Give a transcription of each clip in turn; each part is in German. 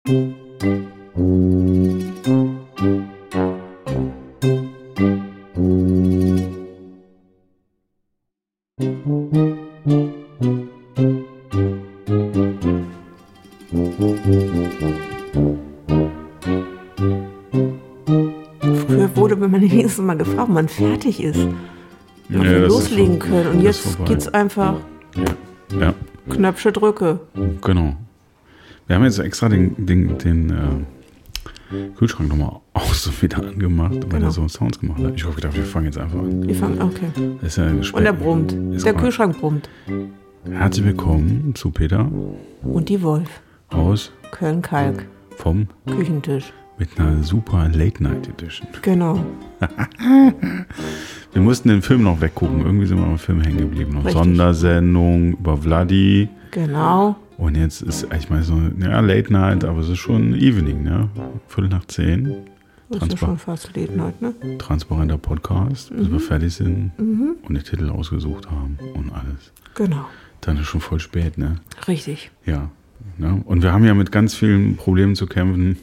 Früher wurde, wenn man wenigstens mal gefragt, ob man fertig ist, ob wir loslegen können. Und jetzt geht's einfach Knöpfe drücke. Genau. Wir haben jetzt extra den Kühlschrank nochmal aus und wieder angemacht, weil er so Sounds gemacht hat. Ich habe gedacht, wir fangen jetzt einfach an. Okay. Das ist ja und er brummt. Der Kühlschrank brummt. Herzlich willkommen zu Peter und die Wolf aus Köln-Kalk vom Küchentisch. Mit einer super Late-Night-Edition. Genau. Wir mussten den Film noch weggucken. Irgendwie sind wir am Film hängen geblieben. Noch Richtig. Sondersendung über Vladi. Genau. Und jetzt ist, ich meine, so, Late Night, aber es ist schon Evening, ne? 9:45. Das ist ja schon fast Late Night, ne? Transparenter Podcast, bis wir fertig sind und den Titel ausgesucht haben und alles. Genau. Dann ist schon voll spät, ne? Richtig. Ja. Ne? Und wir haben ja mit ganz vielen Problemen zu kämpfen.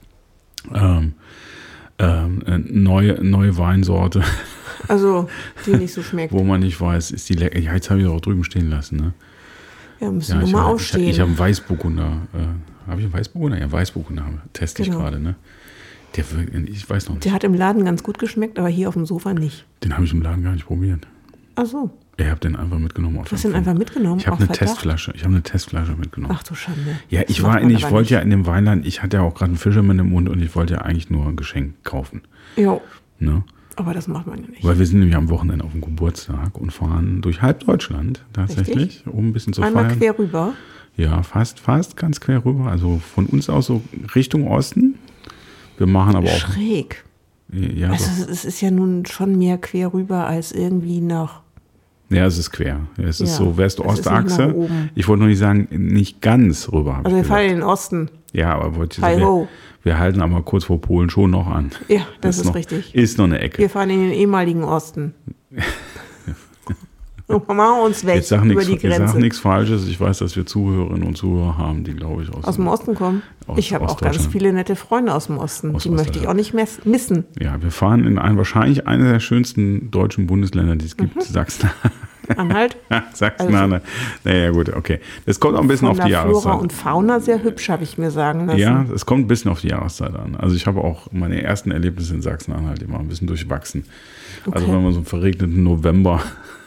Neue Weinsorte. Also, die nicht so schmeckt. Wo man nicht weiß, ist die lecker. Ja, jetzt habe ich doch auch drüben stehen lassen, ne? Ja, müssen wir mal aufstehen. Ich habe einen Weißburgunder. Habe ich einen Weißburgunder? Ja, Weißburgunder teste ich gerade, ne? Der wirkt, ich weiß noch nicht. Der hat im Laden ganz gut geschmeckt, aber hier auf dem Sofa nicht. Den habe ich im Laden gar nicht probiert. Ach so. Ich habe den einfach mitgenommen. Du hast den einfach mitgenommen? Ich habe eine Testflasche. mitgenommen. Ach du Schande. Ja, ich wollte ja in dem Weinland, ich hatte ja auch gerade einen Fischermann im Mund und ich wollte ja eigentlich nur ein Geschenk kaufen. Jo. Ne? Aber das macht man ja nicht. Weil wir sind nämlich am Wochenende auf dem Geburtstag und fahren durch halb Deutschland tatsächlich, Richtig? um ein bisschen zu feiern. Einmal quer rüber? Ja, fast ganz quer rüber. Also von uns aus so Richtung Osten. Wir machen aber auch... Schräg. Ja, also es ist ja nun schon mehr quer rüber als irgendwie nach... Ja, es ist quer. Es ist so West-Ost-Achse. Ich wollte nur nicht sagen, nicht ganz rüber. Also wir fahren in den Osten. Ja, aber wir halten aber kurz vor Polen schon noch an. Ja, das ist richtig. Ist noch eine Ecke. Wir fahren in den ehemaligen Osten. Und machen uns weg über die Grenze. Ich sage nichts Falsches. Ich weiß, dass wir Zuhörerinnen und Zuhörer haben, die, glaube ich, aus dem Osten kommen. Ich habe auch ganz viele nette Freunde aus dem Osten. Die möchte ich auch nicht missen. Ja, wir fahren in wahrscheinlich eine der schönsten deutschen Bundesländer, die es gibt, Sachsen. Anhalt? Sachsen-Anhalt. Naja, gut, okay. Das kommt auch ein bisschen auf die Jahreszeit. Flora und Fauna sehr hübsch, habe ich mir sagen lassen. Ja, es kommt ein bisschen auf die Jahreszeit an. Also ich habe auch meine ersten Erlebnisse in Sachsen-Anhalt immer ein bisschen durchwachsen. Okay. Also wenn man so einen verregneten November...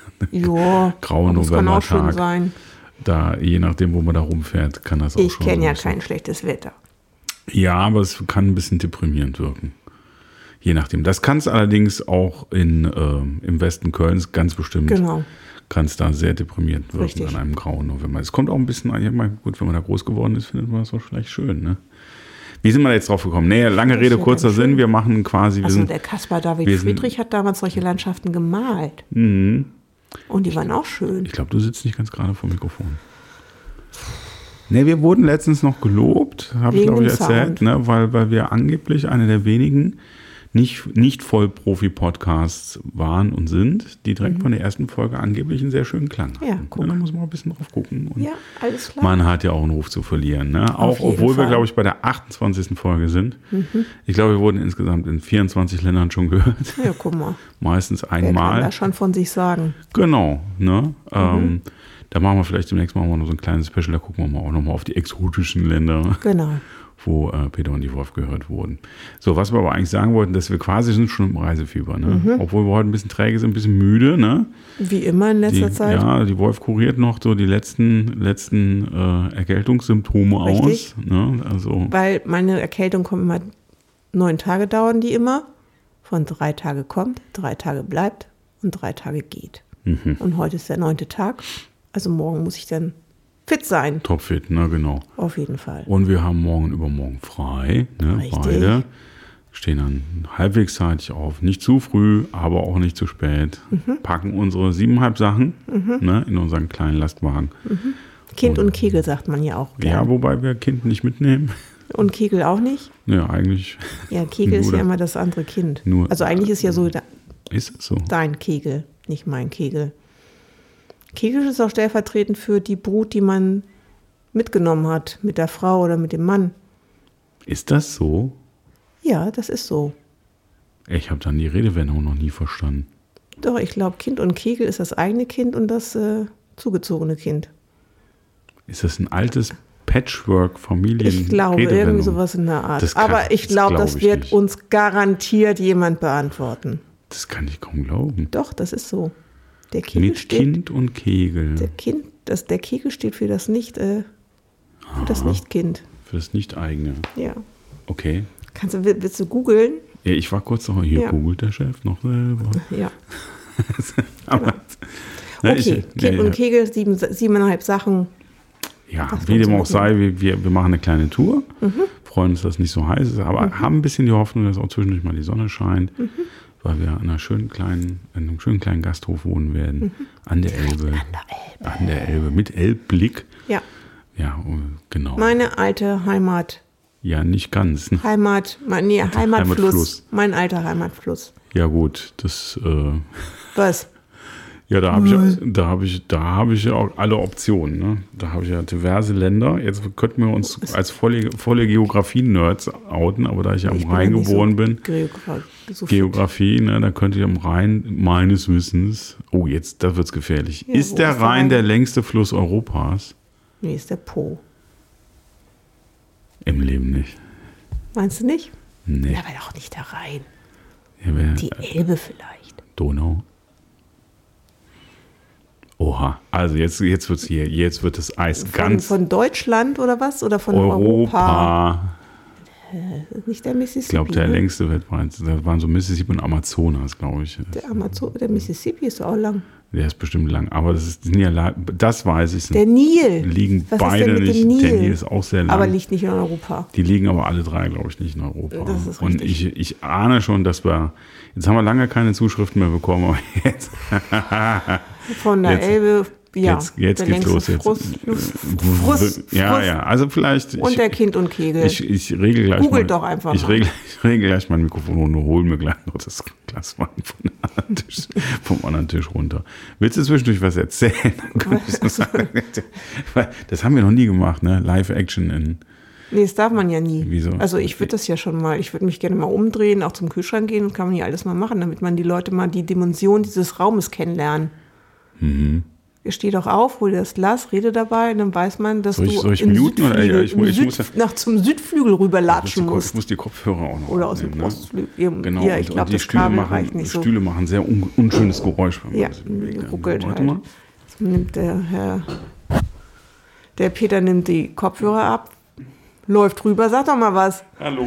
grauen Novembertag. Kann auch schön sein. Da, je nachdem, wo man da rumfährt, kann das auch schon. Ich kenne ja kein schlechtes Wetter. Ja, aber es kann ein bisschen deprimierend wirken. Je nachdem. Das kann es allerdings auch im Westen Kölns ganz bestimmt. Genau. Kann es da sehr deprimierend wirken. Richtig. An einem grauen November. Es kommt auch ein bisschen, gut, wenn man da groß geworden ist, findet man das auch vielleicht schön, ne? Wie sind wir jetzt drauf gekommen? Nee, lange Rede, kurzer Sinn. Wir machen quasi... Also der Caspar David Friedrich hat damals solche Landschaften gemalt. Mhm. Und die waren auch schön. Ich glaube, du sitzt nicht ganz gerade vor dem Mikrofon. Ne, wir wurden letztens noch gelobt, habe ich glaube ich erzählt, ne, weil wir angeblich eine der wenigen nicht Vollprofi-Podcasts waren und sind, die direkt von der ersten Folge angeblich einen sehr schönen Klang hatten. Ja, guck. Da muss man ein bisschen drauf gucken. Und ja, alles klar. Man hat ja auch einen Ruf zu verlieren. Ne? Auch obwohl wir, glaube ich, bei der 28. Folge sind. Ich glaube, wir wurden insgesamt in 24 Ländern schon gehört. Ja, guck mal. Meistens einmal. Wer kann das schon von sich sagen? Genau. Ne? Da machen wir vielleicht demnächst mal noch so ein kleines Special, da gucken wir mal auch nochmal auf die exotischen Länder. Genau. Wo Peter und die Wolf gehört wurden. So, was wir aber eigentlich sagen wollten, dass wir quasi sind schon im Reisefieber. Ne? Obwohl wir heute ein bisschen träge sind, ein bisschen müde. Ne? Wie immer in letzter Zeit. Ja, die Wolf kuriert noch so die letzten Erkältungssymptome aus. Ne? Also, weil meine Erkältung kommt immer, 9 Tage dauern die immer. Von 3 Tage kommt, 3 Tage bleibt und 3 Tage geht. Und heute ist der 9. Tag. Also morgen muss ich dann fit sein. Topfit, ne, genau. Auf jeden Fall. Und wir haben morgen übermorgen frei. Ne, beide stehen dann halbwegs zeitig auf. Nicht zu früh, aber auch nicht zu spät. Packen unsere 7,5 Sachen ne, in unseren kleinen Lastwagen. Kind und Kegel sagt man ja auch. Ja, wobei wir Kind nicht mitnehmen. Und Kegel auch nicht? Ja, eigentlich. Ja, Kegel ist ja immer das andere Kind. Also eigentlich ist ja so, ist es so? Dein Kegel, nicht mein Kegel. Kegel ist auch stellvertretend für die Brut, die man mitgenommen hat, mit der Frau oder mit dem Mann. Ist das so? Ja, das ist so. Ich habe dann die Redewendung noch nie verstanden. Doch, ich glaube, Kind und Kegel ist das eigene Kind und das zugezogene Kind. Ist das ein altes Patchwork-Familien? Ich glaube, irgendwie sowas in der Art. Aber ich glaube, das wird nicht. uns garantiert jemand beantworten. Das kann ich kaum glauben. Doch, das ist so. Der Kegel Mit Kind und Kegel. Der Kegel steht für das Nicht-Kind. Für das Nicht-Eigene. Ja. Okay. Willst du googeln? Ja, ich war kurz noch hier. Googelt der Chef noch selber. Ja. Aber, genau. Okay, Kind und Kegel, 7,5 Sachen. Ja, wie dem auch sei, wir machen eine kleine Tour. Freuen uns, dass es nicht so heiß ist, aber haben ein bisschen die Hoffnung, dass auch zwischendurch mal die Sonne scheint, weil wir in einem schönen kleinen Gasthof wohnen werden. An der Elbe. An der Elbe. Mit Elbblick. Ja. Ja, genau. Meine alte Heimat. Ja, nicht ganz. Ne? Heimatfluss. Mein alter Heimatfluss. Ja gut, das. Was? Ja, da habe ich ja auch alle Optionen. Ne? Da habe ich ja diverse Länder. Jetzt könnten wir uns als volle Geografie-Nerds outen, aber da ich ja am Rhein geboren bin, Geografie, ne, da könnte ich am Rhein meines Wissens. Oh, jetzt, da wird's gefährlich. Ja, ist der Rhein der längste Fluss Europas? Nee, ist der Po. Im Leben nicht. Meinst du nicht? Nee. Aber doch nicht der Rhein. Ja, die Elbe vielleicht. Donau. Oha, also jetzt wird das Eis ganz... Von Deutschland oder was? Oder von Europa? Nicht der Mississippi. Ich glaube, der längste weltweit. Da waren so Mississippi und Amazonas, glaube ich. Der Mississippi ist auch lang. Der ist bestimmt lang, aber das weiß ich. Der Nil. Liegen beide nicht. Nil? Der Nil ist auch sehr lang. Aber liegt nicht in Europa. Die liegen aber alle drei, glaube ich, nicht in Europa. Das ist und richtig. ich ahne schon, jetzt haben wir lange keine Zuschriften mehr bekommen, aber jetzt. Von der Elbe, ja. Jetzt geht's los. Frust. Ja, also vielleicht. Und der Kind und Kegel. Ich regel gleich Google doch einfach mal. Ich regel gleich mein Mikrofon und hole mir gleich noch das Glas Wein vom anderen Tisch runter. Willst du zwischendurch was erzählen? Das haben wir noch nie gemacht, ne? Live-Action Nee, das darf man ja nie. Wieso? Also ich würde das ja schon mal, ich würde mich gerne mal umdrehen, auch zum Kühlschrank gehen, und kann man hier alles mal machen, damit man die Leute mal die Dimension dieses Raumes kennenlernen. Steh doch auf, hol dir das Glas, rede dabei, und dann weiß man, dass soll ich muten? Zum Südflügel rüberlatschen musst. Ich muss die Kopfhörer auch noch oder aus dem Ostflügel. Genau, ja, ich glaube, das Kabel reicht nicht so. Die Stühle machen sehr unschönes Geräusch. Ja, ruckelt halt. Mal. Jetzt nimmt der Peter nimmt die Kopfhörer ab, läuft rüber, sag doch mal was. Hallo.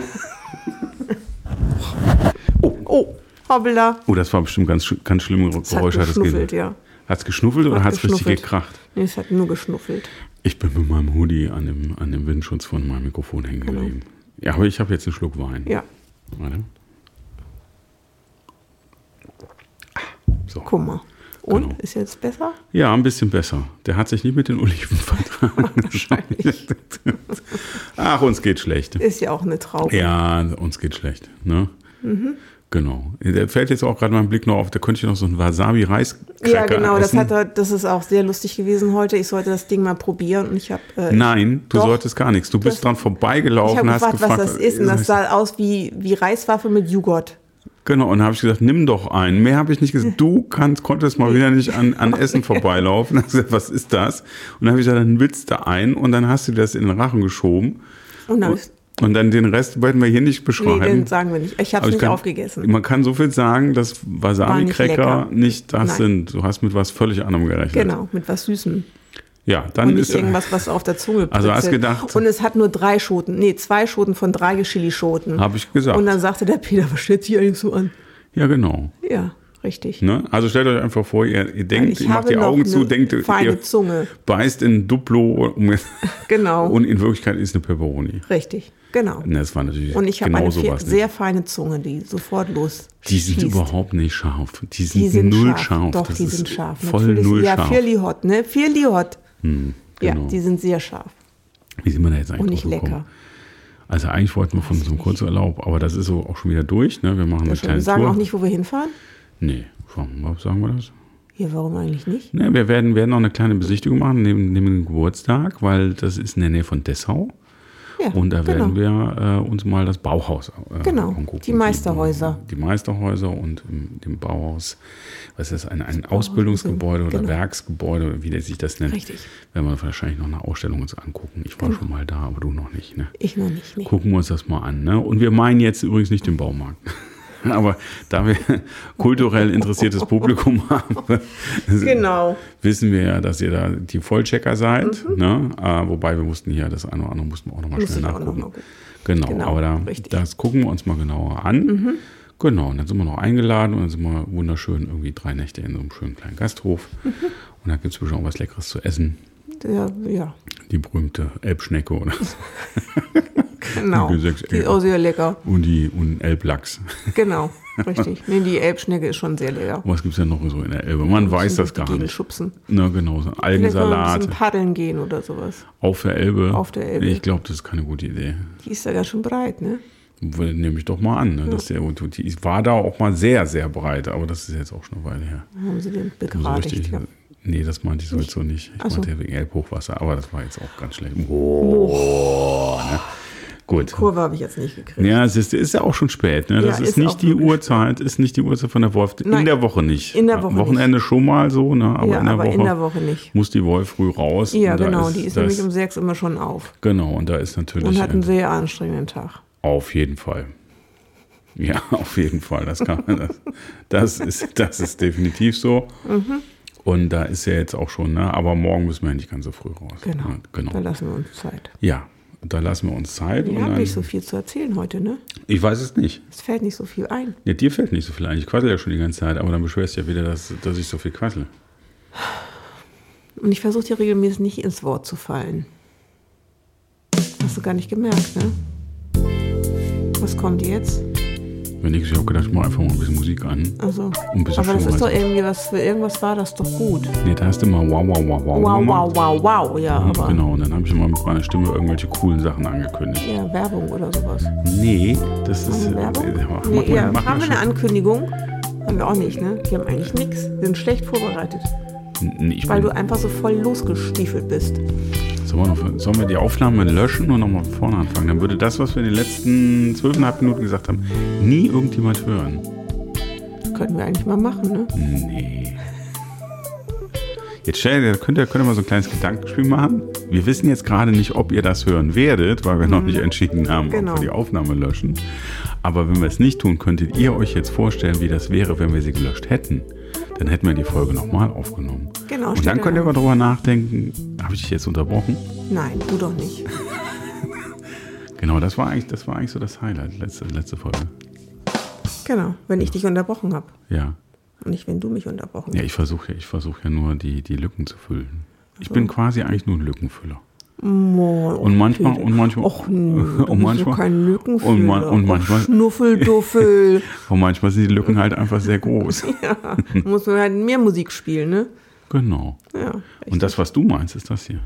Oh, hoppla. Oh, das war bestimmt ganz schlimme Geräusche. Hat geschnuffelt, ja. Hat es geschnuffelt oder hat es richtig gekracht? Nee, es hat nur geschnuffelt. Ich bin mit meinem Hoodie an dem Windschutz von meinem Mikrofon hängen geblieben. Genau. Ja, aber ich habe jetzt einen Schluck Wein. Ja. Warte. So. Guck mal. Und? Genau. Ist jetzt besser? Ja, ein bisschen besser. Der hat sich nicht mit den Oliven vertragen. Wahrscheinlich. Ach, uns geht schlecht. Ist ja auch eine Traube. Ja, uns geht schlecht. Ne? Genau. Da fällt jetzt auch gerade mein Blick noch auf, da könnte ich noch so einen Wasabi-Reis-Cracker Ja, genau, essen. Das ist auch sehr lustig gewesen heute. Ich sollte das Ding mal probieren und ich habe... Nein, du solltest gar nichts. Du bist dran vorbeigelaufen. Ich habe gefragt, was das ist, und das sah aus wie Reiswaffe mit Joghurt. Genau, und dann habe ich gesagt, nimm doch einen. Mehr habe ich nicht gesagt. Du konntest mal wieder nicht an Essen vorbeilaufen. Dann habe ich gesagt, was ist das? Und dann habe ich gesagt, dann willst du einen, und dann hast du das in den Rachen geschoben. Und dann den Rest wollten wir hier nicht beschreiben. Nee, den sagen wir nicht. Ich habe es nicht aufgegessen. Man kann so viel sagen, dass Wasabi-Cracker nicht das sind. Du hast mit was völlig anderem gerechnet. Genau, mit was Süßem. Ja, dann und nicht irgendwas, was auf der Zunge pritzelt. Also hast gedacht. Und es hat nur 2 Schoten von 3 Chili-Schoten. Habe ich gesagt. Und dann sagte der Peter, was stellt sich eigentlich so an? Ja, genau. Ja, richtig. Ne? Also stellt euch einfach vor, ihr denkt, ihr macht die Augen zu, denkt, ihr Zunge. Beißt in Duplo. Genau. Und in Wirklichkeit ist eine Pepperoni. Richtig, genau. Ne, das war natürlich und ich habe genau eine sehr feine Zunge, die sofort los. Die sind überhaupt nicht scharf. Die sind null scharf. Doch, die sind scharf. Voll null scharf. Ja, Firli Hot, ne? Firli Hot. Genau. Ja, die sind sehr scharf. Wie sind wir da jetzt eigentlich und nicht lecker. Also eigentlich wollten wir von so einem Kurzurlaub, aber das ist so auch schon wieder durch. Ne? Wir machen eine kleine Tour. Wir sagen auch nicht, wo wir hinfahren? Nee, sagen wir das? Ja, warum eigentlich nicht? Ne, wir werden noch eine kleine Besichtigung machen neben dem Geburtstag, weil das ist in der Nähe von Dessau. Ja, und da werden wir uns mal das Bauhaus angucken. Die Meisterhäuser. Die Meisterhäuser und im Bauhaus, was ist das, ein Ausbildungsgebäude oder Werksgebäude, wie der sich das nennt. Richtig. Werden wir wahrscheinlich noch eine Ausstellung uns angucken. Ich war schon mal da, aber du noch nicht. Ne? Ich noch nicht. Nee. Gucken wir uns das mal an. Ne? Und wir meinen jetzt übrigens nicht den Baumarkt. Aber da wir kulturell interessiertes Publikum haben, wissen wir ja, dass ihr da die Vollchecker seid. Ne? Wobei wir mussten hier das eine oder andere mussten wir auch nochmal schnell nachgucken. Genau, aber das gucken wir uns mal genauer an. Genau, und dann sind wir noch eingeladen und dann sind wir wunderschön irgendwie 3 Nächte in so einem schönen kleinen Gasthof. Und da gibt es bestimmt auch was Leckeres zu essen. Ja. Die berühmte Elbschnecke oder so. Genau, die ist auch sehr lecker. Und Elblachs. Genau, richtig. Nee, die Elbschnecke ist schon sehr lecker. Was gibt es denn noch so in der Elbe? Man weiß das gar nicht. Schubsen. Na genau, so Algensalat. Ein bisschen paddeln gehen oder sowas. Auf der Elbe? Auf der Elbe. Ich glaube, das ist keine gute Idee. Die ist ja ganz schön breit, ne? Nehme ich doch mal an. Ne? Die war da auch mal sehr, sehr breit, aber das ist jetzt auch schon eine Weile her. Haben sie den begradigt? Nee, das meinte ich so jetzt so nicht. Ich meinte wegen Elbhochwasser, aber das war jetzt auch ganz schlecht. Ne? Gut. Die Kurve habe ich jetzt nicht gekriegt. Ja, es ist ja auch schon spät. Ne? Das ist nicht die Uhrzeit, von der Wolf. Nein, in der Woche nicht. In der Woche am Wochenende nicht. Schon mal so, ne? Aber, in der Woche nicht. Muss die Wolf früh raus. Ja, genau. Die ist nämlich um 6 immer schon auf. Genau, und da ist natürlich. Und hat einen sehr anstrengenden Tag. Auf jeden Fall. Ja, auf jeden Fall. Das ist definitiv so. Und da ist ja jetzt auch schon, ne? Aber morgen müssen wir ja nicht ganz so früh raus. Genau. Da lassen wir uns Zeit. Ja, da lassen wir uns Zeit. Wir haben nicht so viel zu erzählen heute, ne? Ich weiß es nicht. Es fällt nicht so viel ein. Ja, dir fällt nicht so viel ein. Ich quassel ja schon die ganze Zeit, aber dann beschwerst du ja wieder, dass ich so viel quassel. Und ich versuche dir regelmäßig nicht ins Wort zu fallen. Hast du gar nicht gemerkt, ne? Was kommt jetzt? Wenn ich habe gedacht, ich mache einfach mal ein bisschen Musik an. Also, aber das ist doch irgendwie was, für irgendwas war das doch gut. Nee, da hast du mal wow, ja. Aber genau, und dann habe ich immer mit meiner Stimme irgendwelche coolen Sachen angekündigt. Ja, Werbung oder sowas. Nee, das ist... Werbung? Haben wir eine Ankündigung? Haben wir auch nicht, ne? Wir haben eigentlich nichts. Wir sind schlecht vorbereitet. Weil du einfach so voll losgestiefelt bist. Sollen wir die Aufnahme löschen und nochmal von vorne anfangen? Dann würde das, was wir in den letzten 12,5 Minuten gesagt haben, nie irgendjemand hören. Das könnten wir eigentlich mal machen, ne? Nee. Jetzt könnt ihr mal so ein kleines Gedankenspiel machen. Wir wissen jetzt gerade nicht, ob ihr das hören werdet, weil wir noch nicht entschieden haben, ob wir die Aufnahme löschen. Aber wenn wir es nicht tun, könntet ihr euch jetzt vorstellen, wie das wäre, wenn wir sie gelöscht hätten. Dann hätten wir die Folge nochmal aufgenommen. Genau. Und dann könnt ihr mal drüber nachdenken, habe ich dich jetzt unterbrochen? Nein, du doch nicht. Genau, das war eigentlich so das Highlight, letzte Folge. Genau, wenn ich dich unterbrochen habe. Ja. Und nicht, wenn du mich unterbrochen hast. Ja, ich versuche ja nur, die Lücken zu füllen. Ich bin quasi eigentlich nur ein Lückenfüller. Und manchmal so kein Lückenfüller. Und manchmal Schnuffelduffel. Und manchmal sind die Lücken halt einfach sehr groß. Ja, muss man halt mehr Musik spielen, ne? Genau. Ja, und das, was du meinst, ist das hier.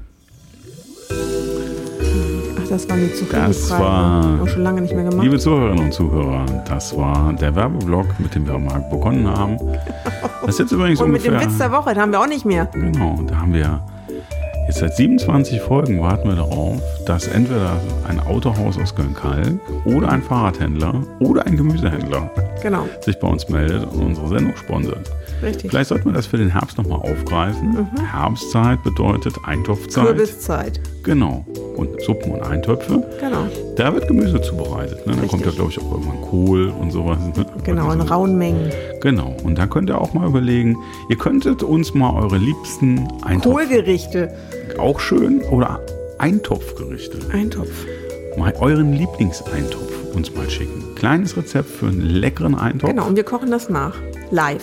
Ach, das war mir zu viel. Das war auch schon lange nicht mehr gemacht. Liebe Zuhörerinnen und Zuhörer, das war der Werbeblock, mit dem wir am Markt begonnen haben. Das ist jetzt übrigens und ungefähr... mit dem Witz der Woche, da haben wir auch nicht mehr. Genau, da haben wir... Jetzt seit 27 Folgen warten wir darauf, dass entweder ein Autohaus aus Köln-Kalk oder ein Fahrradhändler oder ein Gemüsehändler sich bei uns meldet und unsere Sendung sponsert. Richtig. Vielleicht sollten wir das für den Herbst nochmal aufgreifen. Herbstzeit bedeutet Eintopfzeit. Kürbiszeit. Genau. Und Suppen und Eintöpfe. Genau. Da wird Gemüse zubereitet. Ne? Da kommt ja, glaube ich, auch irgendwann Kohl und sowas. Ne? Genau, in rauen Mengen. Genau. Und da könnt ihr auch mal überlegen, ihr könntet uns mal eure liebsten Kohlgerichte. Auch schön. Oder Eintopfgerichte. Eintopf. Mal euren Lieblingseintopf uns mal schicken. Kleines Rezept für einen leckeren Eintopf. Genau, und wir kochen das nach. Live.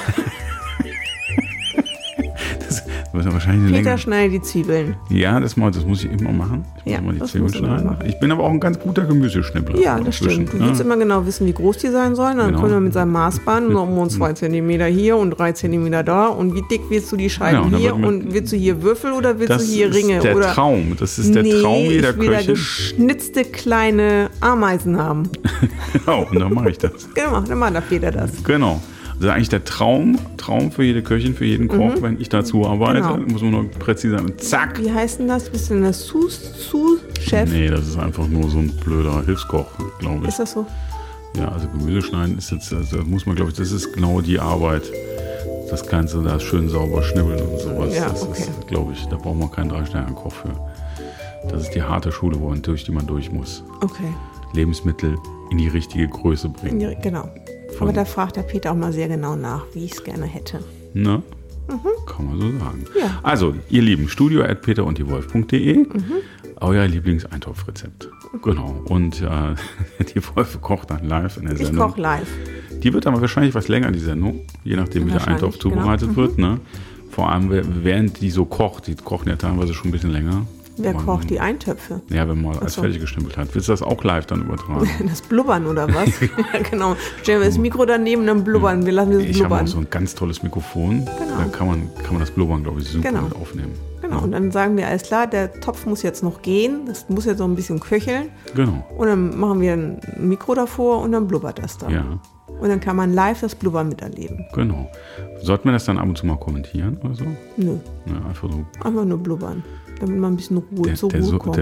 Wahrscheinlich Peter schneidet die Zwiebeln. Ja, das muss ich immer machen. Ich muss mal die Zwiebeln schneiden. Ich bin aber auch ein ganz guter Gemüseschnippler. Ja, das stimmt. Du willst immer genau wissen, wie groß die sein sollen. Dann können wir mit seinem Maßband um 2 cm hier und 3 cm da. Und wie dick willst du die Scheiben hier? Und willst du hier Würfel oder willst du hier Ringe? Das ist der Traum. Das ist der Traum jeder Köchin. Ich will da geschnitzte kleine Ameisen haben. Genau, und dann mache ich das. Genau, dann macht der Peter das. Genau. Das ist eigentlich der Traum für jede Köchin, für jeden Koch, wenn ich dazu arbeite. Genau. Muss man nur präzise sein. Zack. Wie heißt denn das? Bist du denn der Sous-Chef? Nee, das ist einfach nur so ein blöder Hilfskoch, glaube ich. Ist das so? Ja, also Gemüse schneiden ist jetzt, also muss man, glaube ich, das ist genau die Arbeit. Das Ganze da schön sauber schnibbeln und sowas. Ja, das ist, glaube ich, da braucht man keinen 3-Sterne-Koch für. Das ist die harte Schule, durch die man durch muss. Okay. Lebensmittel in die richtige Größe bringen. Genau. Aber da fragt der Peter auch mal sehr genau nach, wie ich es gerne hätte. Na, kann man so sagen. Ja. Also, ihr Lieben, studio@peterunddiewolf.de, euer Lieblingseintopfrezept. Genau. Und die Wolf kocht dann live in der Sendung. Ich koche live. Die wird aber wahrscheinlich was länger, die Sendung, je nachdem, wie der Eintopf zubereitet wird. Ne? Vor allem, während die so kocht, die kochen ja teilweise schon ein bisschen länger. Wer kocht die Eintöpfe? Ja, wenn man alles fertig gestempelt hat. Willst du das auch live dann übertragen? Das Blubbern oder was? Ja, genau. Stellen wir das Mikro daneben, dann blubbern. Wir lassen das blubbern. Ich habe auch so ein ganz tolles Mikrofon. Genau. Da kann man das Blubbern, glaube ich, super mit aufnehmen. Genau, und dann sagen wir, alles klar, der Topf muss jetzt noch gehen. Das muss jetzt so ein bisschen köcheln. Genau. Und dann machen wir ein Mikro davor und dann blubbert das dann. Ja. Und dann kann man live das Blubbern miterleben. Genau. Sollten wir das dann ab und zu mal kommentieren oder so? Nö. Ja, einfach nur blubbern, damit man ein bisschen Ruhe kommt.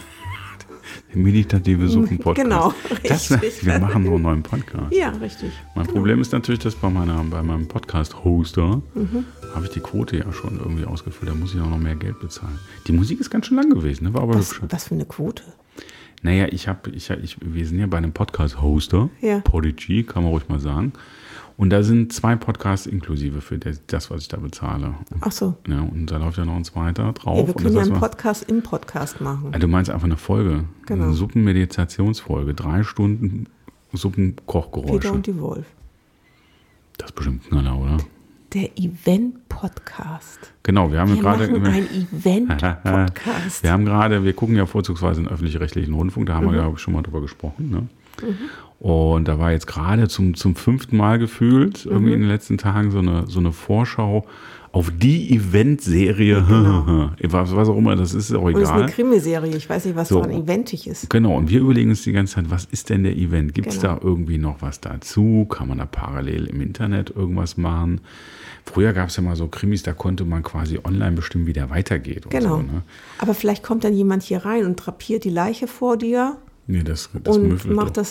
Der meditative Suppenpodcast. Genau, richtig. Wir machen noch einen neuen Podcast. Ja, richtig. Mein Problem ist natürlich, dass bei meinem Podcast-Hoster habe ich die Quote ja schon irgendwie ausgefüllt. Da muss ich auch noch mehr Geld bezahlen. Die Musik ist ganz schön lang gewesen, ne? War aber hübsch. Was für eine Quote? Naja, wir sind ja bei einem Podcast-Hoster, Podigy, kann man ruhig mal sagen. Und da sind 2 Podcasts inklusive für das, was ich da bezahle. Ach so. Ja, und da läuft ja noch ein zweiter drauf. Ja, wir können ja einen Podcast im Podcast machen. Du meinst einfach eine Folge, genau. Eine Suppenmeditationsfolge, 3 Stunden Suppenkochgeräusche. Peter und die Wolf. Das ist bestimmt ein Knaller, oder? Der Event-Podcast. Genau, wir haben gerade ein Event-Podcast. Wir gucken ja vorzugsweise in öffentlich-rechtlichen Rundfunk, da haben wir, glaube ich, schon mal drüber gesprochen. Ne? Und da war jetzt gerade zum 5. Mal gefühlt, irgendwie in den letzten Tagen, so eine Vorschau auf die Eventserie. Genau. Was auch immer, das ist auch egal. Und es ist eine Krimiserie, ich weiß nicht, was daran eventig ist. Genau, und wir überlegen uns die ganze Zeit, was ist denn der Event? Gibt es da irgendwie noch was dazu? Kann man da parallel im Internet irgendwas machen? Früher gab es ja mal so Krimis, da konnte man quasi online bestimmen, wie der weitergeht. Genau, so, ne? Aber vielleicht kommt dann jemand hier rein und drapiert die Leiche vor dir. Nee, das und müffelt macht doch. das...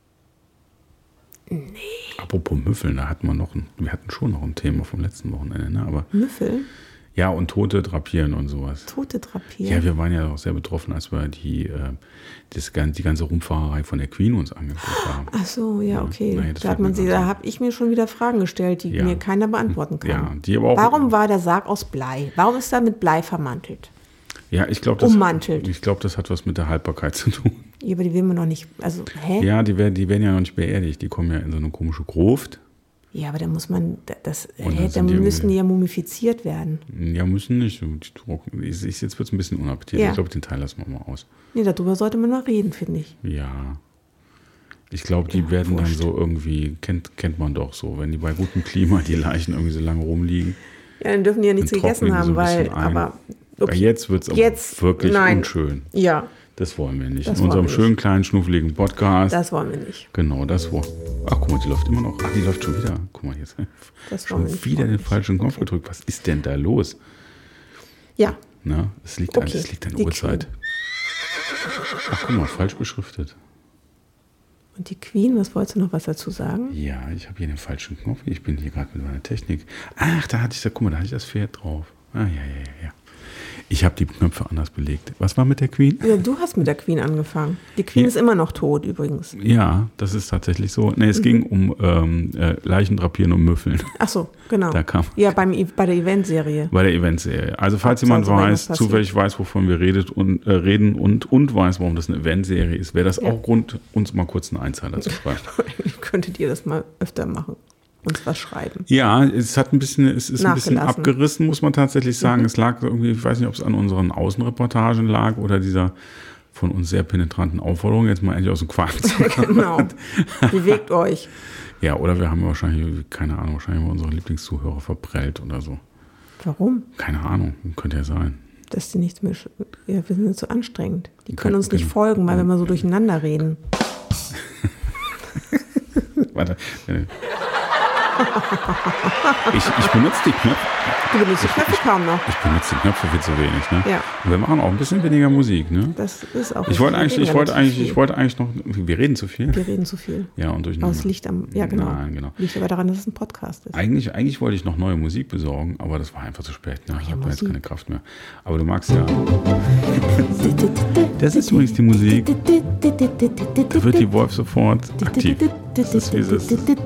Nee. Apropos Müffeln, wir hatten schon noch ein Thema vom letzten Wochenende, ne? Aber Müffeln? Ja, und Tote drapieren und sowas. Tote drapieren? Ja, wir waren ja auch sehr betroffen, als wir die ganze Rumfahrerei von der Queen uns angeguckt haben. Ach so, ja, okay. Da habe ich mir schon wieder Fragen gestellt, die mir keiner beantworten kann. Ja, die aber auch. Warum war der Sarg aus Blei? Warum ist er mit Blei vermantelt? Ja, ich glaube, das hat was mit der Haltbarkeit zu tun. Ja, aber die will man noch nicht, also, hä? Ja, die werden ja noch nicht beerdigt, die kommen ja in so eine komische Gruft. Ja, aber da muss man, dann müssen die ja mumifiziert werden. Ja, müssen nicht. Jetzt wird es ein bisschen unappetitlich. Ja. Ich glaube, den Teil lassen wir mal aus. Nee, darüber sollte man mal reden, finde ich. Ja. Ich glaube, die werden dann so irgendwie, kennt man doch so, wenn die bei gutem Klima die Leichen irgendwie so lange rumliegen. Ja, dann dürfen die ja nichts gegessen haben, aber... Okay. Jetzt wird es wirklich unschön. Ja. Das wollen wir nicht. In unserem schönen, kleinen, schnuffeligen Podcast. Das wollen wir nicht. Genau, das wollen wir. Ach, guck mal, die läuft immer noch. Ach, die läuft schon wieder. Guck mal, jetzt. Schon wieder den falschen Knopf gedrückt. Was ist denn da los? Ja. Na, es liegt an der Uhrzeit. Ach, guck mal, falsch beschriftet. Und die Queen, was wolltest du noch was dazu sagen? Ja, ich habe hier den falschen Knopf. Ich bin hier gerade mit meiner Technik. Ach, da hatte ich das Pferd drauf. Ah, ja. Ich habe die Knöpfe anders belegt. Was war mit der Queen? Ja, du hast mit der Queen angefangen. Die Queen ist immer noch tot übrigens. Ja, das ist tatsächlich so. Nee, es ging um Leichen drapieren und Müffeln. Ach so, genau. Da kam ja, bei der Eventserie. Bei der Eventserie. Also falls jemand zufällig weiß, wovon wir reden und weiß, warum das eine Eventserie ist, wäre das auch Grund, uns mal kurz einen Einzeiler zu schreiben. Könntet ihr das mal öfter machen? Uns was schreiben. Ja, es ist ein bisschen abgerissen, muss man tatsächlich sagen. Es lag irgendwie, ich weiß nicht, ob es an unseren Außenreportagen lag oder dieser von uns sehr penetranten Aufforderung, jetzt mal endlich aus dem Quark zu kommen. Genau. Bewegt euch. Ja, oder wir haben wahrscheinlich, keine Ahnung, unsere Lieblingszuhörer verprellt oder so. Warum? Keine Ahnung, könnte ja sein. Dass die nichts mehr, wir sind zu anstrengend. Die können uns nicht folgen, weil wir mal so durcheinander reden. Warte, Ich benutze die Knöpfe. Du benutzt die Knöpfe kaum noch. Ich benutze die Knöpfe viel zu wenig. Ne? Ja. Und wir machen auch ein bisschen weniger Musik. Ne? Das ist auch. Ich wollte eigentlich noch. Wir reden zu viel. Wir reden zu viel. Ja, und durcheinander. Aus Licht am. Ja, genau. Nein, genau. Liegt aber daran, dass es ein Podcast ist. Eigentlich wollte ich noch neue Musik besorgen, aber das war einfach zu spät. Ne? Ich habe jetzt keine Kraft mehr. Aber du magst ja. Das ist übrigens die Musik. Da wird die Wolf sofort aktiv. Das ist dieses.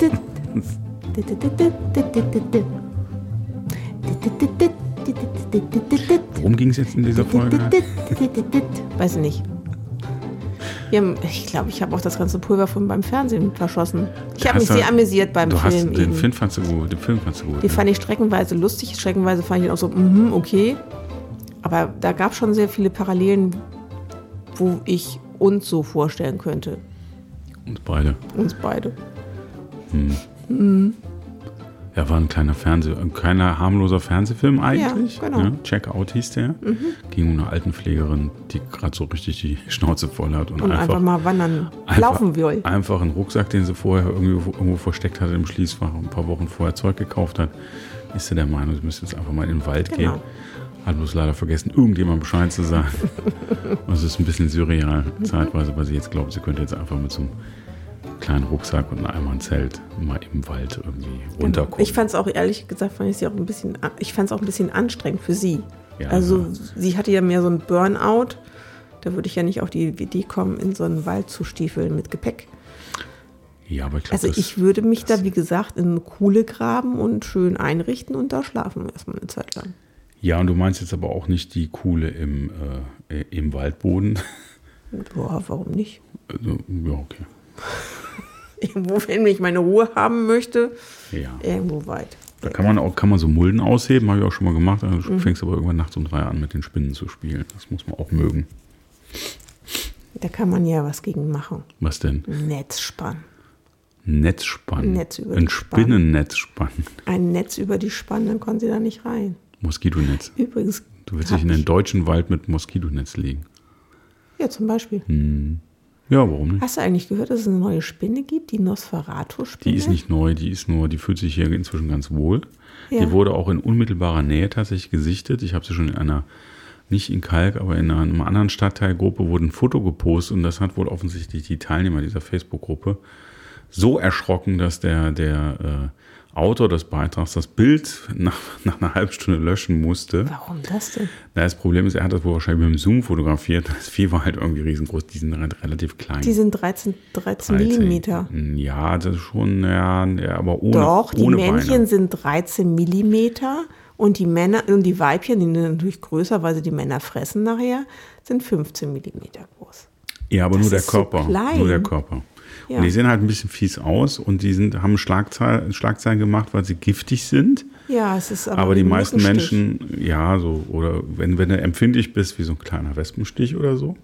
Worum ging es jetzt in dieser Folge? Weiß ich nicht. Ich glaube, ich habe auch das ganze Pulver beim Fernsehen verschossen. Ich habe mich sehr amüsiert beim Film. Den Film fandst du gut. Den fand ich streckenweise lustig. Streckenweise fand ich ihn auch so, okay. Aber da gab es schon sehr viele Parallelen, wo ich uns so vorstellen könnte. Uns beide. Ja, war ein kleiner harmloser Fernsehfilm eigentlich. Ja, genau. Ne? Check-out hieß der. Ging um eine Altenpflegerin, die gerade so richtig die Schnauze voll hat. Und einfach mal wandern, laufen will. Einfach einen Rucksack, den sie vorher irgendwo versteckt hatte im Schließfach, ein paar Wochen vorher Zeug gekauft hat, ist sie der Meinung, sie müsste jetzt einfach mal in den Wald gehen. Hat bloß leider vergessen, irgendjemand Bescheid zu sagen. Und es ist ein bisschen surreal zeitweise, weil sie jetzt glaubt, sie könnte jetzt einfach mit so einem kleinen Rucksack und einmal ein Zelt mal im Wald irgendwie runterkommen. Ich fand es auch, ehrlich gesagt, ein bisschen anstrengend für sie. Ja, also sie hatte ja mehr so ein Burnout. Da würde ich ja nicht auf die Idee kommen, in so einen Wald zu stiefeln mit Gepäck. Ja, aber ich glaube, ich würde mich da, wie gesagt, in eine Kuhle graben und schön einrichten und da schlafen erstmal eine Zeit lang. Ja, und du meinst jetzt aber auch nicht die Kuhle im Waldboden? Boah, warum nicht? Also, ja, okay. Irgendwo, wenn ich meine Ruhe haben möchte, irgendwo weit. Da kann man so Mulden ausheben, habe ich auch schon mal gemacht. Du fängst aber irgendwann nachts um 3 an, mit den Spinnen zu spielen. Das muss man auch mögen. Da kann man ja was gegen machen. Was denn? Netzspann. Netzspann? Ein Spinnennetzspann. Ein Netz über die Spannen, dann kommen sie da nicht rein. Moskitonetz. Übrigens. Du willst dich in den deutschen Wald mit Moskitonetz legen. Ja, zum Beispiel. Ja, warum nicht? Hast du eigentlich gehört, dass es eine neue Spinne gibt, die Nosferatu-Spinne? Die ist nicht neu, die fühlt sich hier inzwischen ganz wohl. Ja. Die wurde auch in unmittelbarer Nähe tatsächlich gesichtet. Ich habe sie schon in einer, nicht in Kalk, aber in einer anderen Stadtteilgruppe wurde ein Foto gepostet und das hat wohl offensichtlich die Teilnehmer dieser Facebook-Gruppe so erschrocken, dass der Autor des Beitrags das Bild nach einer halben Stunde löschen musste. Warum das denn? Das Problem ist, er hat das wohl wahrscheinlich mit dem Zoom fotografiert. Das Vieh war halt irgendwie riesengroß. Die sind relativ klein. Die sind 13 Millimeter. Ja, das ist schon, aber ohne Doch, die Männchen Beine. sind 13 Millimeter und die Männer und die Weibchen, die sind natürlich größer, weil sie die Männer fressen nachher, sind 15 Millimeter groß. Ja, aber das nur der ist Körper. So klein. Nur der Körper. Ja. Und die sehen halt ein bisschen fies aus und haben Schlagzeilen gemacht, weil sie giftig sind. Ja, es ist aber die meisten Menschen, oder wenn du empfindlich bist, wie so ein kleiner Wespenstich oder so.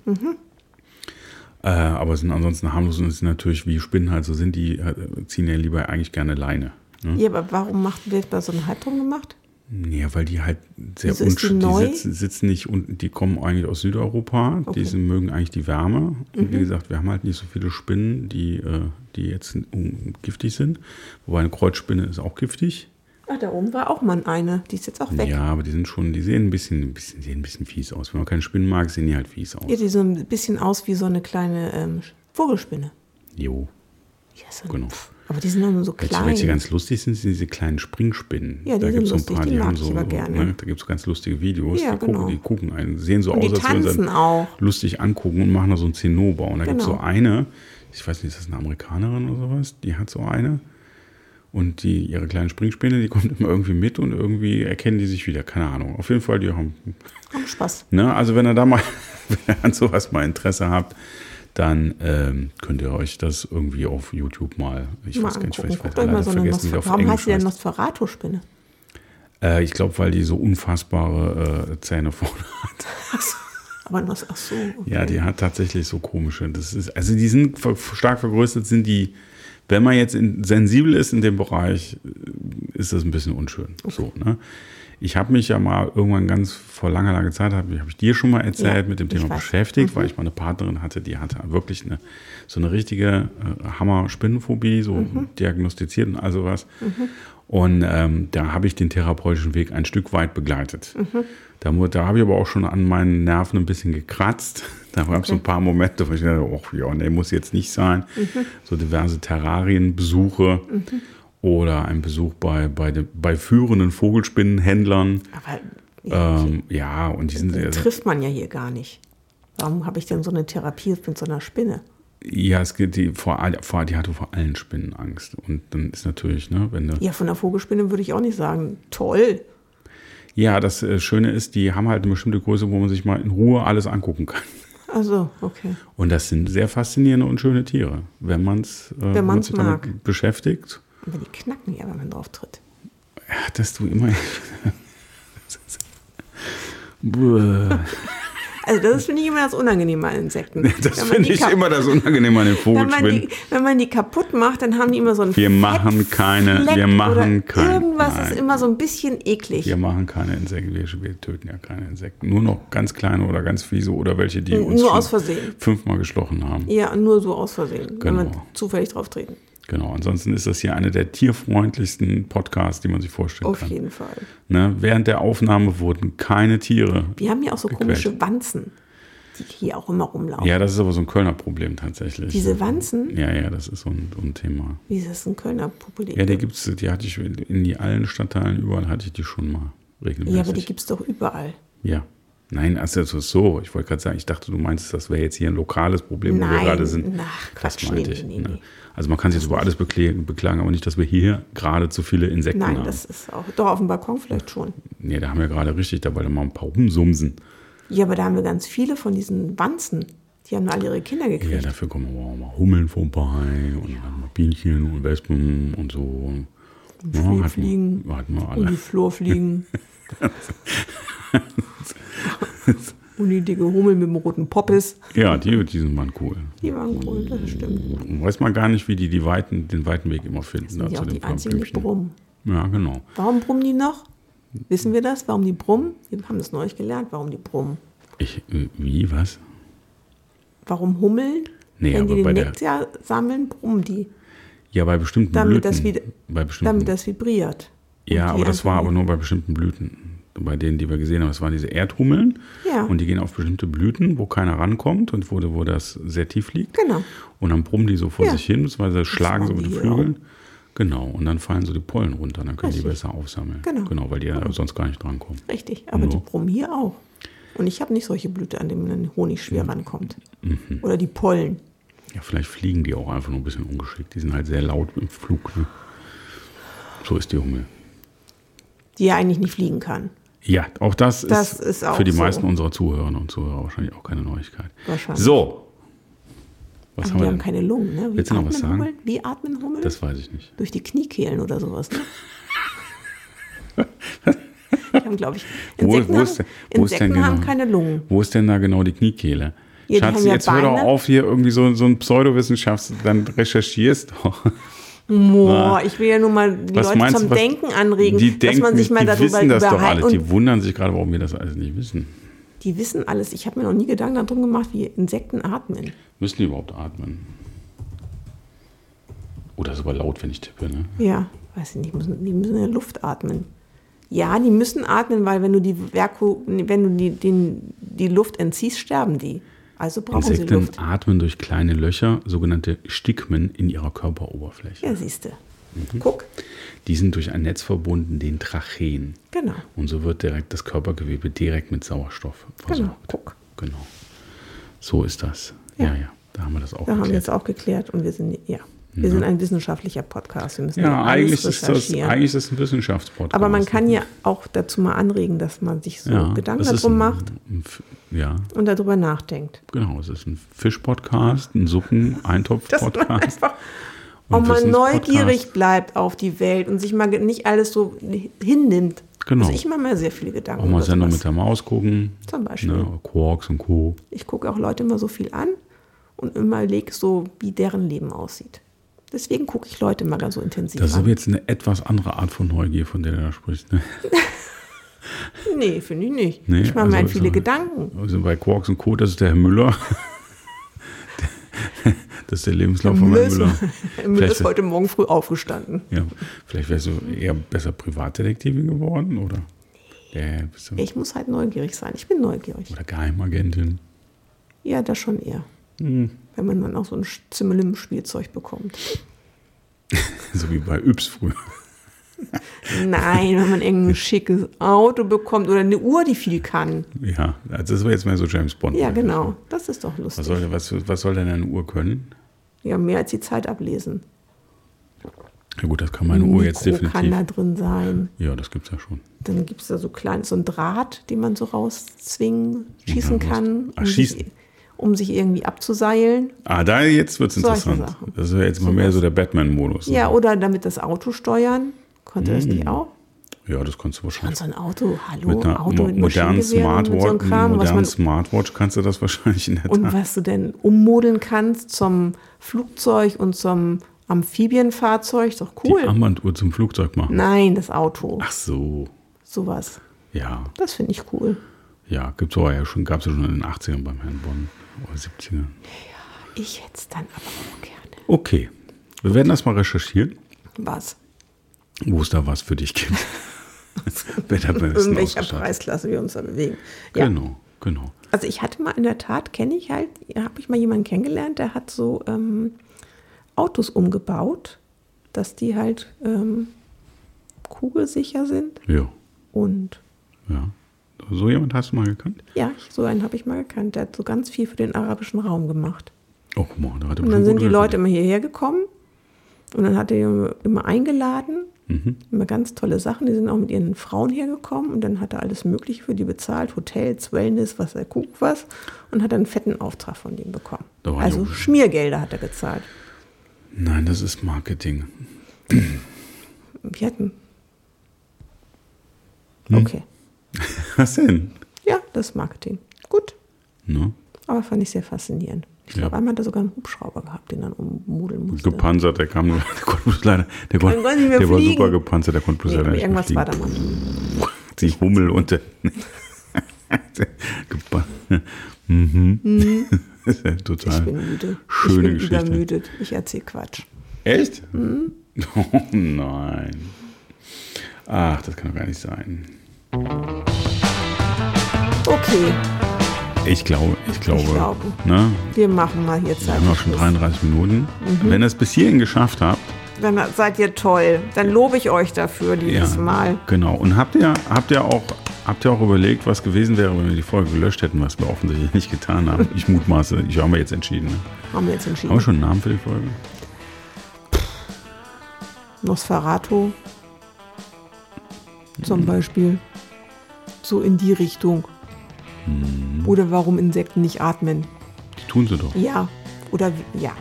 Aber sind ansonsten harmlos und sind natürlich, wie Spinnen halt so sind, die ziehen ja lieber eigentlich gerne Leine. Ne? Ja, aber warum wird da so ein Hype drum gemacht? Ja, weil die halt sehr die sitzen nicht und die kommen eigentlich aus Südeuropa. Okay. Die mögen eigentlich die Wärme. Und wie gesagt, wir haben halt nicht so viele Spinnen, die jetzt giftig sind. Wobei eine Kreuzspinne ist auch giftig. Ach, da oben war auch mal eine. Die ist jetzt auch weg. Ja, aber die sehen ein bisschen fies aus. Wenn man keine Spinnen mag, sehen die halt fies aus. Ja, die sehen ein bisschen aus wie so eine kleine Vogelspinne. Jo. Ja, so genau. Aber die sind nur so klein. Welche ganz lustig sind diese kleinen Springspinnen. Ja, die sind lustig, die mag ich aber gerne. Da gibt es ganz lustige Videos. Ja, die gucken einen, sehen so und aus, als würden sie auch lustig angucken und machen da so einen Zinnober. Und da gibt es so eine, ich weiß nicht, ist das eine Amerikanerin oder sowas? Die hat so eine. Und ihre kleinen Springspinne, die kommt immer irgendwie mit und irgendwie erkennen die sich wieder. Keine Ahnung. Auf jeden Fall, die haben Spaß. Ne? Also wenn ihr da mal an sowas mal Interesse habt, dann könnt ihr euch das irgendwie auf YouTube mal, ich weiß gar nicht, vielleicht vergessen, wie auf Warum heißt die denn Nosferatu-Spinne? Ich glaube, weil die so unfassbare Zähne vorne hat. Aber ach so. Okay. Ja, die hat tatsächlich so komische. Also die sind stark vergrößert, sind die. Wenn man jetzt sensibel ist in dem Bereich, ist das ein bisschen unschön. Okay. So, ne? Ich habe mich ja mal irgendwann vor langer Zeit, habe ich dir schon mal erzählt, mit dem Thema beschäftigt, weil ich mal eine Partnerin hatte, die hatte wirklich so eine richtige Hammer-Spinnenphobie, so diagnostiziert und all sowas. Und da habe ich den therapeutischen Weg ein Stück weit begleitet. Da habe ich aber auch schon an meinen Nerven ein bisschen gekratzt. Da gab es so ein paar Momente, wo ich dachte, muss jetzt nicht sein. So diverse Terrarienbesuche. Oder ein Besuch bei führenden Vogelspinnenhändlern. Aber und die sind den trifft man ja hier gar nicht. Warum habe ich denn so eine Therapie mit so einer Spinne? Ja, es geht die hatte vor allen Spinnen Angst. Und dann ist natürlich, ne, wenn du. Ja, von der Vogelspinne würde ich auch nicht sagen, toll. Ja, das Schöne ist, die haben halt eine bestimmte Größe, wo man sich mal in Ruhe alles angucken kann. Ach so, okay. Und das sind sehr faszinierende und schöne Tiere, wenn man sich damit beschäftigt. Aber die knacken ja, wenn man drauf tritt. Ja, dass du immer. Also das finde ich immer das Unangenehme an Insekten. Das finde ich immer das Unangenehme an den Vogelspinnen. Wenn man die kaputt macht, dann haben die immer so ein Wir machen keine. Irgendwas ist immer so ein bisschen eklig. Wir machen keine Insekten, wir töten ja keine Insekten. Nur noch ganz kleine oder ganz fiese oder welche, die uns nur aus Versehen 5-mal gestochen haben. Ja, nur so aus Versehen, genau. Wenn man zufällig drauf treten. Genau, ansonsten ist das hier eine der tierfreundlichsten Podcasts, die man sich vorstellen kann. Auf jeden Fall. Ne? Während der Aufnahme wurden keine Tiere Wir haben ja auch so komische Wanzen, die hier auch immer rumlaufen. Ja, das ist aber so ein Kölner Problem tatsächlich. Diese Wanzen? Ja, das ist so ein Thema. Wie ist das ein Kölner Problem? Ja, die hatte ich in allen Stadtteilen, überall hatte ich die schon mal regelmäßig. Ja, aber die gibt es doch überall. Ja. Nein, also so. Ich wollte gerade sagen, ich dachte, du meinst, das wäre jetzt hier ein lokales Problem, wo wir gerade sind. Ach, Quatsch, das meinte ich. Nee. Also man kann sich über alles beklagen, aber nicht, dass wir hier gerade zu viele Insekten haben. Nein, das ist auch, doch auf dem Balkon vielleicht schon. Nee, da haben wir gerade richtig dabei, da mal ein paar rumsumsen. Ja, aber da haben wir ganz viele von diesen Wanzen. Die haben alle ihre Kinder gekriegt. Ja, dafür kommen aber auch mal Hummeln vorbei und dann mal Bienchen und Wespen und so. Und Flurfliegen und die Flurfliegen. Und die dicke Hummel mit dem roten Poppes. Ja, die waren cool. Die waren cool, das stimmt. Weiß man gar nicht, wie die den weiten Weg immer finden. Das sind ja auch die einzigen, die brummen. Ja, genau. Warum brummen die noch? Wissen wir das, warum die brummen? Wir haben das neulich gelernt, warum die brummen. Wie, was? Warum Hummeln? Nee, wenn die den Nektar sammeln, brummen die. Ja, bei bestimmten Blüten. Damit das vibriert. Ja, aber das war aber nur bei bestimmten Blüten. Bei denen, die wir gesehen haben, das waren diese Erdhummeln. Ja. Und die gehen auf bestimmte Blüten, wo keiner rankommt und wo das sehr tief liegt. Genau. Und dann brummen die so vor sich hin, beziehungsweise schlagen so mit den Flügeln. Auch. Genau, und dann fallen so die Pollen runter, dann können die besser aufsammeln. Genau, weil die ja sonst gar nicht drankommen. Richtig, aber die brummen hier auch. Und ich habe nicht solche Blüte, an denen man Honig schwer rankommt. Oder die Pollen. Ja, vielleicht fliegen die auch einfach nur ein bisschen ungeschickt. Die sind halt sehr laut im Flug. Ne? So ist die Hummel. Die ja eigentlich nicht fliegen kann. Ja, auch das ist auch für die meisten unserer Zuhörerinnen und Zuhörer wahrscheinlich auch keine Neuigkeit. Wahrscheinlich. So. Was haben wir denn? Die haben keine Lungen, ne? Willst du noch was sagen? Hummeln? Wie atmen Hummeln? Das weiß ich nicht. Durch die Kniekehlen oder sowas, ne? Die haben, glaube ich, Insekten haben keine Lungen. Wo ist denn da genau die Kniekehle? Ja, Schatz, jetzt hör doch auf, hier irgendwie so ein Pseudowissenschafts-, dann recherchierst doch. Ich will ja nur mal die Leute zum Denken anregen, dass man sich mal darüber wissen das doch alles. Die wundern sich gerade, warum wir das alles nicht wissen. Die wissen alles. Ich habe mir noch nie Gedanken darum gemacht, wie Insekten atmen. Müssen die überhaupt atmen? Oder ist aber laut, wenn ich tippe, ne? Ja, weiß ich nicht. Die müssen in der Luft atmen. Ja, die müssen atmen, weil wenn du die Luft entziehst, sterben die. Also brauchen sie Luft. Insekten atmen durch kleine Löcher, sogenannte Stigmen, in ihrer Körperoberfläche. Ja, siehst du. Guck. Die sind durch ein Netz verbunden, den Tracheen. Genau. Und so wird das Körpergewebe direkt mit Sauerstoff versorgt. Genau, guck. Genau. So ist das. Ja. Da haben wir das auch geklärt. Da haben wir das auch geklärt und wir sind ein wissenschaftlicher Podcast. Wir müssen eigentlich ist das ein Wissenschaftspodcast. Aber man kann ja auch dazu mal anregen, dass man sich so Gedanken darum macht und darüber nachdenkt. Genau, es ist ein Fisch-Podcast, ein Suppen-Eintopf-Podcast. Und man neugierig bleibt auf die Welt und sich mal nicht alles so hinnimmt. Genau. Also ich mache mir sehr viele Gedanken. Auch mal Sendung mit der Maus gucken. Zum Beispiel. Ne, Quarks und Co. Ich gucke auch Leute immer so viel an und immer lege so, wie deren Leben aussieht. Deswegen gucke ich Leute immer ganz so intensiv an. Das ist aber jetzt eine etwas andere Art von Neugier, von der du da sprichst. Ne? Nee, finde ich nicht. Nee, ich mache mir halt viele Gedanken. Also bei Quarks und Co., das ist der Herr Müller. Das ist der Lebenslauf von Herrn Müller. Herr Müller ist heute Morgen früh aufgestanden. Ja, vielleicht wärst du eher besser Privatdetektivin geworden, oder? Nee. Ich muss halt neugierig sein. Ich bin neugierig. Oder Geheimagentin. Ja, das schon eher. Wenn man dann auch so ein Zimmerlim-Spielzeug bekommt. So wie bei Yps früher. Nein, wenn man irgendein schickes Auto bekommt oder eine Uhr, die viel kann. Ja, also das war jetzt mal so James Bond. Ja, genau. Das ist doch lustig. Was soll denn eine Uhr können? Ja, mehr als die Zeit ablesen. Ja gut, das kann meine Uhr jetzt definitiv. Kann da drin sein. Ja, das gibt's ja schon. Dann gibt es da so ein Draht, den man so schießen kann. Um sich irgendwie abzuseilen. Da jetzt wird es interessant. Das ist ja jetzt mal mehr so der Batman-Modus. Ja, oder damit das Auto steuern. Konnte das nicht auch? Ja, das konntest du wahrscheinlich. So ein Auto, mit einer modernen Smartwatch kannst du das wahrscheinlich in der Tat. Und was du denn ummodeln kannst zum Flugzeug und zum Amphibienfahrzeug, ist doch cool. Die Armbanduhr zum Flugzeug machen? Nein, das Auto. Ach so. Sowas. Ja. Das finde ich cool. Ja, gab es ja schon in den 80ern beim Herrn Bonn oder 70ern. Ja, ich hätte es dann aber auch gerne. Okay, wir werden das mal recherchieren. Was? Wo es da was für dich gibt. In welcher Preisklasse wir uns da bewegen. Ja. Genau. Also ich hatte mal in der Tat, habe ich mal jemanden kennengelernt, der hat so Autos umgebaut, dass die halt kugelsicher sind. Ja. Und ja. So jemand hast du mal gekannt? Ja, so einen habe ich mal gekannt. Der hat so ganz viel für den arabischen Raum gemacht. Oh, guck mal, da hat er und dann sind die Leute immer hierher gekommen und dann hat er immer eingeladen. Immer ganz tolle Sachen. Die sind auch mit ihren Frauen hergekommen und dann hat er alles Mögliche für die bezahlt. Hotels, Wellness, was er guckt was. Und hat einen fetten Auftrag von denen bekommen. Also Schmiergelder hat er gezahlt. Nein, das ist Marketing. Wir hatten... Okay. Was denn? Ja, das ist Marketing. Gut. No. Aber fand ich sehr faszinierend. Ich glaube, einmal hat er sogar einen Hubschrauber gehabt, den dann ummodeln musste. Gepanzert, der kam nur, der war super gepanzert, der konnte bloß leider nicht irgendwas war da mal. Die Hummel und der total ich bin müde. Schöne Geschichte. Ich bin übermüdet. Ich erzähle Quatsch. Echt? Oh nein. Ach, das kann doch gar nicht sein. Okay. Ich glaube. Ne? Wir machen mal hier Zeit. Wir haben noch schon 33 Minuten. Wenn ihr es bis hierhin geschafft habt, dann seid ihr toll. Dann lobe ich euch dafür dieses Mal. Genau. Und habt ihr auch überlegt, was gewesen wäre, wenn wir die Folge gelöscht hätten, was wir offensichtlich nicht getan haben? Ich mutmaße. Haben wir jetzt entschieden. Ne? Haben wir schon einen Namen für die Folge? Nosferatu. Zum Beispiel. So in die Richtung. Oder warum Insekten nicht atmen. Die tun sie doch. Ja. Oder ja.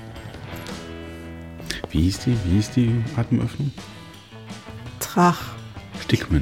Wie hieß die Atemöffnung? Stickmin.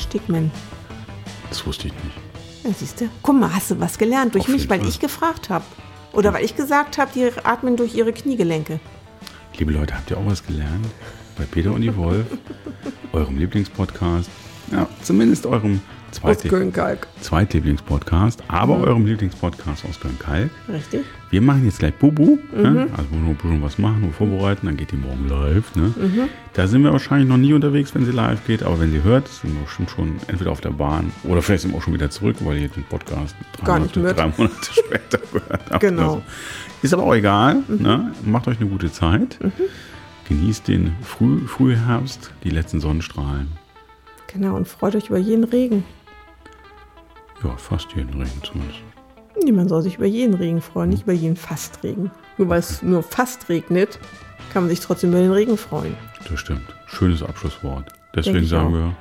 Das wusste ich nicht. Ja, siehst du. Guck mal, hast du was gelernt durch mich, weil ich gefragt habe. Oder weil ich gesagt habe, die atmen durch ihre Kniegelenke. Liebe Leute, habt ihr auch was gelernt? Bei Peter und die Wolf, eurem Lieblingspodcast. Ja, zumindest eurem Zweitlieblingspodcast, aber eurem Lieblingspodcast aus Köln-Kalk. Richtig. Wir machen jetzt gleich Bubu, ne? Also nur ein bisschen was machen, nur vorbereiten, dann geht die morgen live. Ne? Da sind wir wahrscheinlich noch nie unterwegs, wenn sie live geht, aber wenn sie hört, sind wir bestimmt schon entweder auf der Bahn oder vielleicht sind wir auch schon wieder zurück, weil ihr den Podcast 3 Monate später gehört habt. Genau. Also, ist aber auch egal, ne? Macht euch eine gute Zeit, genießt den Frühherbst, die letzten Sonnenstrahlen. Genau, und freut euch über jeden Regen. Ja, fast jeden Regen zumindest. Man soll sich über jeden Regen freuen, nicht über jeden Fastregen. Nur weil es nur fast regnet, kann man sich trotzdem über den Regen freuen. Das stimmt. Schönes Abschlusswort. Deswegen sagen wir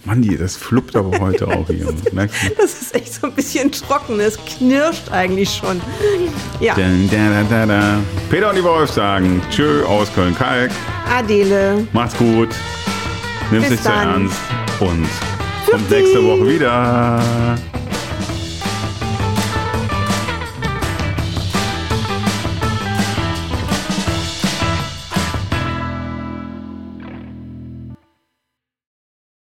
Mann, das fluppt aber heute auch hier. Merkst du? Das ist echt so ein bisschen trocken. Es knirscht eigentlich schon. Ja. Peter und die Wolf sagen tschö aus Köln-Kalk. Adele. Macht's gut. Nimm's nicht zu ernst. Und kommt nächste Woche wieder.